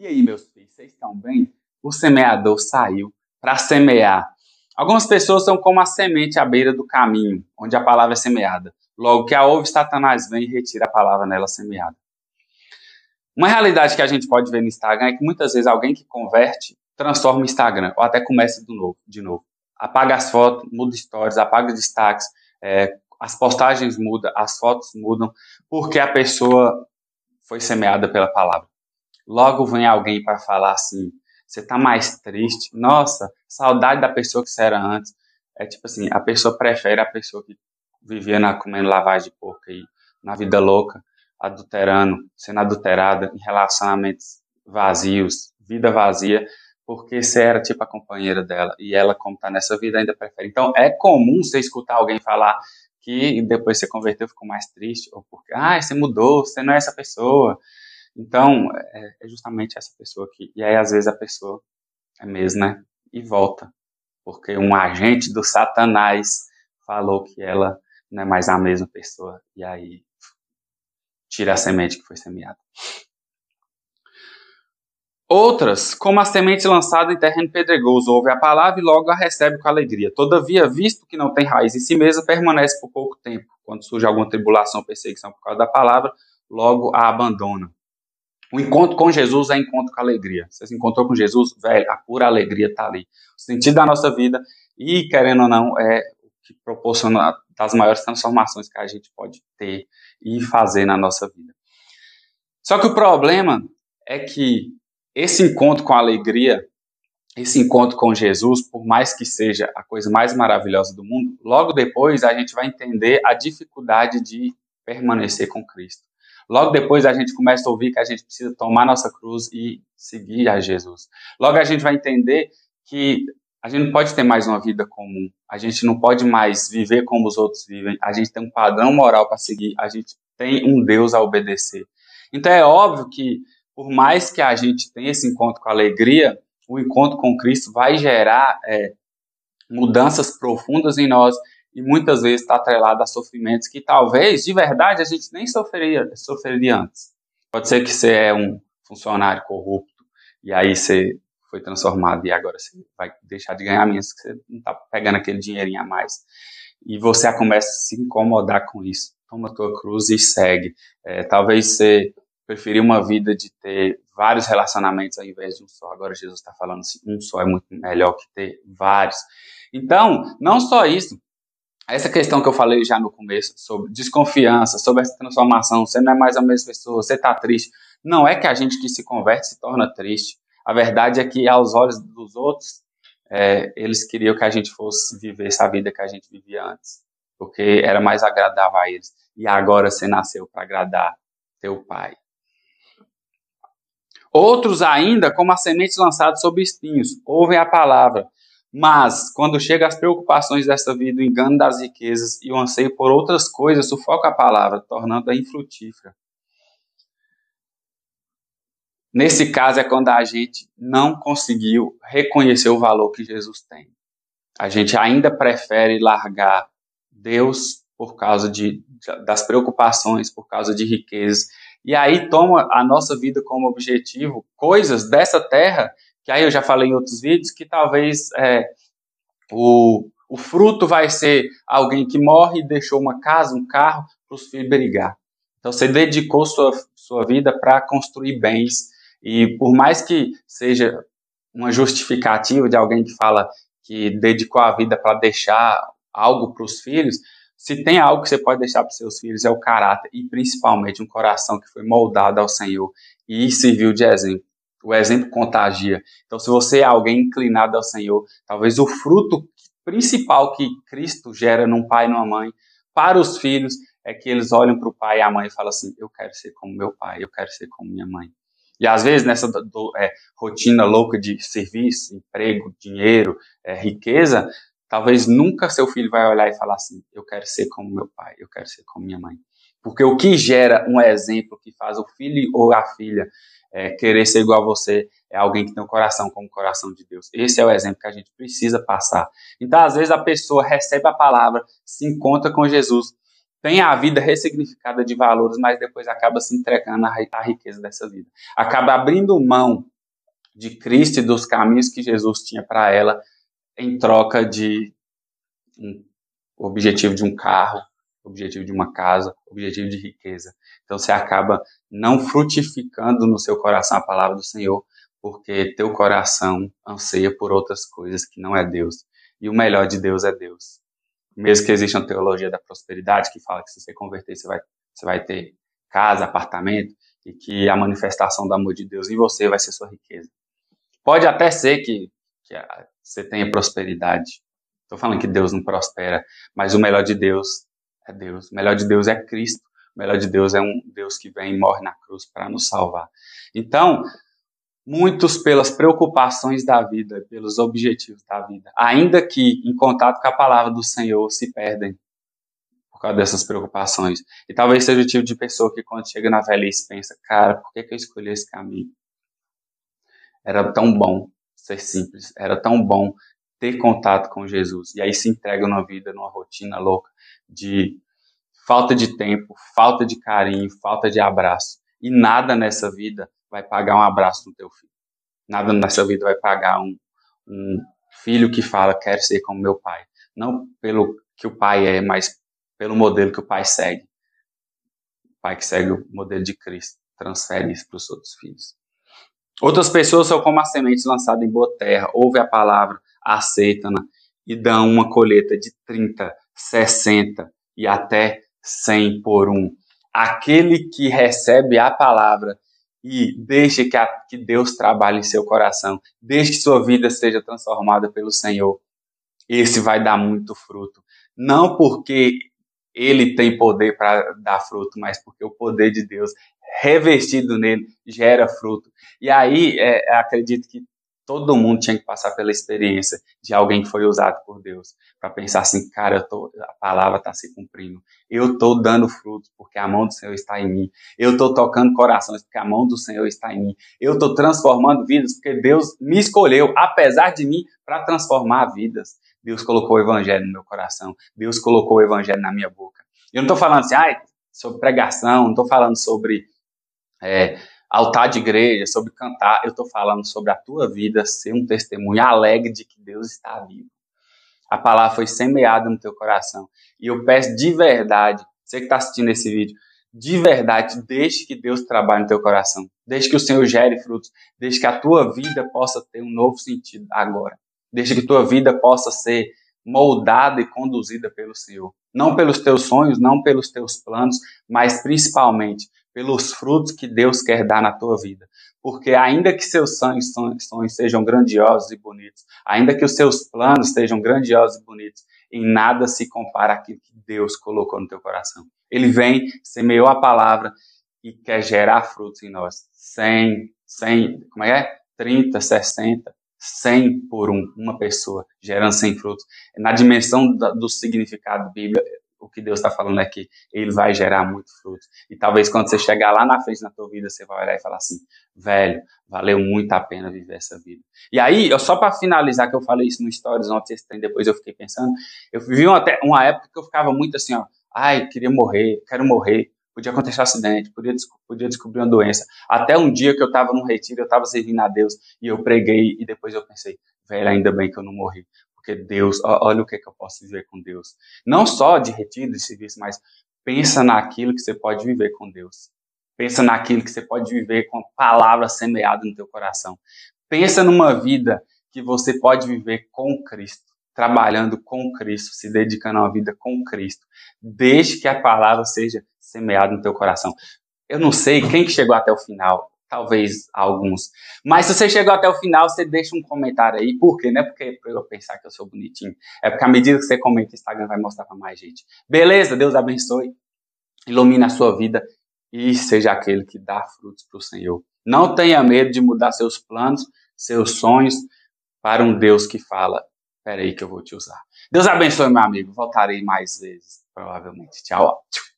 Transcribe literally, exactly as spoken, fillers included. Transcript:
E aí, meus filhos, vocês estão bem? O semeador saiu para semear. Algumas pessoas são como a semente à beira do caminho, onde a palavra é semeada. Logo que a ouve, Satanás vem e retira a palavra nela semeada. Uma realidade que a gente pode ver no Instagram é que muitas vezes alguém que converte transforma o Instagram, ou até começa de novo. De novo. Apaga as fotos, muda stories, apaga os destaques, é, as postagens mudam, as fotos mudam, porque a pessoa foi semeada pela palavra. Logo vem alguém para falar assim, você está mais triste, nossa, saudade da pessoa que você era antes. É tipo assim, a pessoa prefere a pessoa que vivia na, comendo lavagem de porco aí, na vida louca, adulterando, sendo adulterada, em relacionamentos vazios, vida vazia, porque você era tipo a companheira dela, e ela, como está nessa vida, ainda prefere. Então, é comum você escutar alguém falar que depois você converteu, ficou mais triste, ou porque, ah, você mudou, você não é essa pessoa. Então, é justamente essa pessoa aqui. E aí, às vezes, a pessoa é mesmo, né? E volta. Porque um agente do Satanás falou que ela não é mais a mesma pessoa. E aí, tira a semente que foi semeada. Outras, como a semente lançada em terreno pedregoso, ouve a palavra e logo a recebe com alegria. Todavia, visto que não tem raiz em si mesma, permanece por pouco tempo. Quando surge alguma tribulação ou perseguição por causa da palavra, logo a abandona. O encontro com Jesus é encontro com alegria. Você se encontrou com Jesus, velho, a pura alegria está ali. O sentido da nossa vida, e querendo ou não, é o que proporciona das maiores transformações que a gente pode ter e fazer na nossa vida. Só que o problema é que esse encontro com alegria, esse encontro com Jesus, por mais que seja a coisa mais maravilhosa do mundo, logo depois a gente vai entender a dificuldade de permanecer com Cristo. Logo depois a gente começa a ouvir que a gente precisa tomar nossa cruz e seguir a Jesus. Logo a gente vai entender que a gente não pode ter mais uma vida comum. A gente não pode mais viver como os outros vivem. A gente tem um padrão moral para seguir. A gente tem um Deus a obedecer. Então é óbvio que, por mais que a gente tenha esse encontro com alegria, o encontro com Cristo vai gerar é, mudanças profundas em nós, e muitas vezes está atrelado a sofrimentos que talvez, de verdade, a gente nem sofreria, sofreria antes. Pode ser que você é um funcionário corrupto e aí você foi transformado e agora você vai deixar de ganhar menos, que você não está pegando aquele dinheirinho a mais. E você começa a se incomodar com isso. Toma a tua cruz e segue. É, talvez você preferir uma vida de ter vários relacionamentos ao invés de um só. Agora Jesus está falando assim, um só é muito melhor que ter vários. Então, não só isso. Essa questão que eu falei já no começo, sobre desconfiança, sobre essa transformação, você não é mais a mesma pessoa, você está triste. Não é que a gente que se converte se torna triste. A verdade é que, aos olhos dos outros, é, eles queriam que a gente fosse viver essa vida que a gente vivia antes, porque era mais agradável a eles. E agora você nasceu para agradar teu pai. Outros ainda, como as sementes lançadas sobre espinhos, ouvem a palavra. Mas, quando chega as preocupações dessa vida, o engano das riquezas e o anseio por outras coisas, sufoca a palavra, tornando-a infrutífera. Nesse caso é quando a gente não conseguiu reconhecer o valor que Jesus tem. A gente ainda prefere largar Deus por causa de, das preocupações, por causa de riquezas. E aí toma a nossa vida como objetivo coisas dessa terra, que aí eu já falei em outros vídeos, que talvez é, o, o fruto vai ser alguém que morre e deixou uma casa, um carro, para os filhos brigar. Então você dedicou sua, sua vida para construir bens, e por mais que seja uma justificativa de alguém que fala que dedicou a vida para deixar algo para os filhos, se tem algo que você pode deixar para os seus filhos é o caráter, e principalmente um coração que foi moldado ao Senhor e serviu de exemplo. O exemplo contagia. Então, se você é alguém inclinado ao Senhor, talvez o fruto principal que Cristo gera num pai e numa mãe para os filhos é que eles olham para o pai e a mãe e falam assim, eu quero ser como meu pai, eu quero ser como minha mãe. E às vezes nessa do, é, rotina louca de serviço, emprego, dinheiro, é, riqueza, talvez nunca seu filho vai olhar e falar assim, eu quero ser como meu pai, eu quero ser como minha mãe. Porque o que gera um exemplo que faz o filho ou a filha é, querer ser igual a você é alguém que tem um coração como o coração de Deus. Esse é o exemplo que a gente precisa passar. Então, às vezes, a pessoa recebe a palavra, se encontra com Jesus, tem a vida ressignificada de valores, mas depois acaba se entregando à riqueza dessa vida. Acaba abrindo mão de Cristo e dos caminhos que Jesus tinha para ela em troca de um objetivo de um carro, objetivo de uma casa, objetivo de riqueza. Então você acaba não frutificando no seu coração a palavra do Senhor, porque teu coração anseia por outras coisas que não é Deus. E o melhor de Deus é Deus. Mesmo que exista uma teologia da prosperidade que fala que se você converter, você vai, você vai ter casa, apartamento, e que a manifestação do amor de Deus em você vai ser sua riqueza. Pode até ser que, que você tenha prosperidade. Estou falando que Deus não prospera, mas o melhor de Deus é Deus. O melhor de Deus é Cristo. O melhor de Deus é um Deus que vem e morre na cruz para nos salvar. Então, muitos pelas preocupações da vida, pelos objetivos da vida, ainda que em contato com a palavra do Senhor, se perdem por causa dessas preocupações. E talvez seja o tipo de pessoa que quando chega na velhice pensa, cara, por que, que eu escolhi esse caminho? Era tão bom ser simples, era tão bom ter contato com Jesus. E aí se entrega numa vida, numa rotina louca de falta de tempo, falta de carinho, falta de abraço. E nada nessa vida vai pagar um abraço no teu filho. Nada nessa vida vai pagar um, um filho que fala, quero ser como meu pai. Não pelo que o pai é, mas pelo modelo que o pai segue. O pai que segue o modelo de Cristo transfere isso para os outros filhos. Outras pessoas são como as sementes lançadas em boa terra, ouvem a palavra, aceitam-na e dão uma colheita de trinta, sessenta e até cem por um. Aquele que recebe a palavra e deixa que, a, que Deus trabalhe em seu coração, deixe que sua vida seja transformada pelo Senhor, esse vai dar muito fruto. Não porque ele tem poder para dar fruto, mas porque o poder de Deus revestido nele gera fruto. E aí, é, acredito que todo mundo tinha que passar pela experiência de alguém que foi usado por Deus, para pensar assim, cara, eu tô, a palavra está se cumprindo, eu estou dando frutos porque a mão do Senhor está em mim, eu estou tocando corações porque a mão do Senhor está em mim, eu estou transformando vidas porque Deus me escolheu, apesar de mim, para transformar vidas. Deus colocou o evangelho no meu coração, Deus colocou o evangelho na minha boca. Eu não estou falando assim, ah, sobre pregação, não estou falando sobre é, altar de igreja, sobre cantar, eu estou falando sobre a tua vida ser um testemunho alegre de que Deus está vivo. A palavra foi semeada no teu coração. E eu peço de verdade, você que está assistindo esse vídeo, de verdade, deixe que Deus trabalhe no teu coração. Deixe que o Senhor gere frutos. Deixe que a tua vida possa ter um novo sentido agora. Deixe que a tua vida possa ser moldada e conduzida pelo Senhor. Não pelos teus sonhos, não pelos teus planos, mas principalmente pelos frutos que Deus quer dar na tua vida. Porque ainda que seus sonhos, sonhos sejam grandiosos e bonitos, ainda que os seus planos sejam grandiosos e bonitos, em nada se compara àquilo que Deus colocou no teu coração. Ele vem, semeou a palavra e quer gerar frutos em nós. cem, cem, como é? trinta, sessenta, cem por um, uma pessoa gerando cem frutos. Na dimensão do significado bíblico, o que Deus está falando é que ele vai gerar muito fruto. E talvez quando você chegar lá na frente na tua vida, você vai olhar e falar assim, velho, valeu muito a pena viver essa vida. E aí, eu, só para finalizar, que eu falei isso no Stories ontem, depois eu fiquei pensando, eu vivi uma, uma época que eu ficava muito assim, ó, ai, queria morrer, quero morrer, podia acontecer um acidente, podia, podia descobrir uma doença. Até um dia que eu estava num retiro, eu estava servindo a Deus, e eu preguei, e depois eu pensei, velho, ainda bem que eu não morri. Porque Deus, olha o que, é que eu posso viver com Deus. Não só de retiro, de serviço, mas pensa naquilo que você pode viver com Deus. Pensa naquilo que você pode viver com a palavra semeada no teu coração. Pensa numa vida que você pode viver com Cristo, trabalhando com Cristo, se dedicando a uma vida com Cristo. Deixe que a palavra seja semeada no teu coração. Eu não sei quem que chegou até o final. Talvez alguns. Mas se você chegou até o final, você deixa um comentário aí. Por quê? Não é porque eu pensar que eu sou bonitinho. É porque à medida que você comenta, o Instagram vai mostrar para mais gente. Beleza? Deus abençoe. Ilumine a sua vida e seja aquele que dá frutos para o Senhor. Não tenha medo de mudar seus planos, seus sonhos para um Deus que fala, espera aí que eu vou te usar. Deus abençoe, meu amigo. Voltarei mais vezes, provavelmente. Tchau.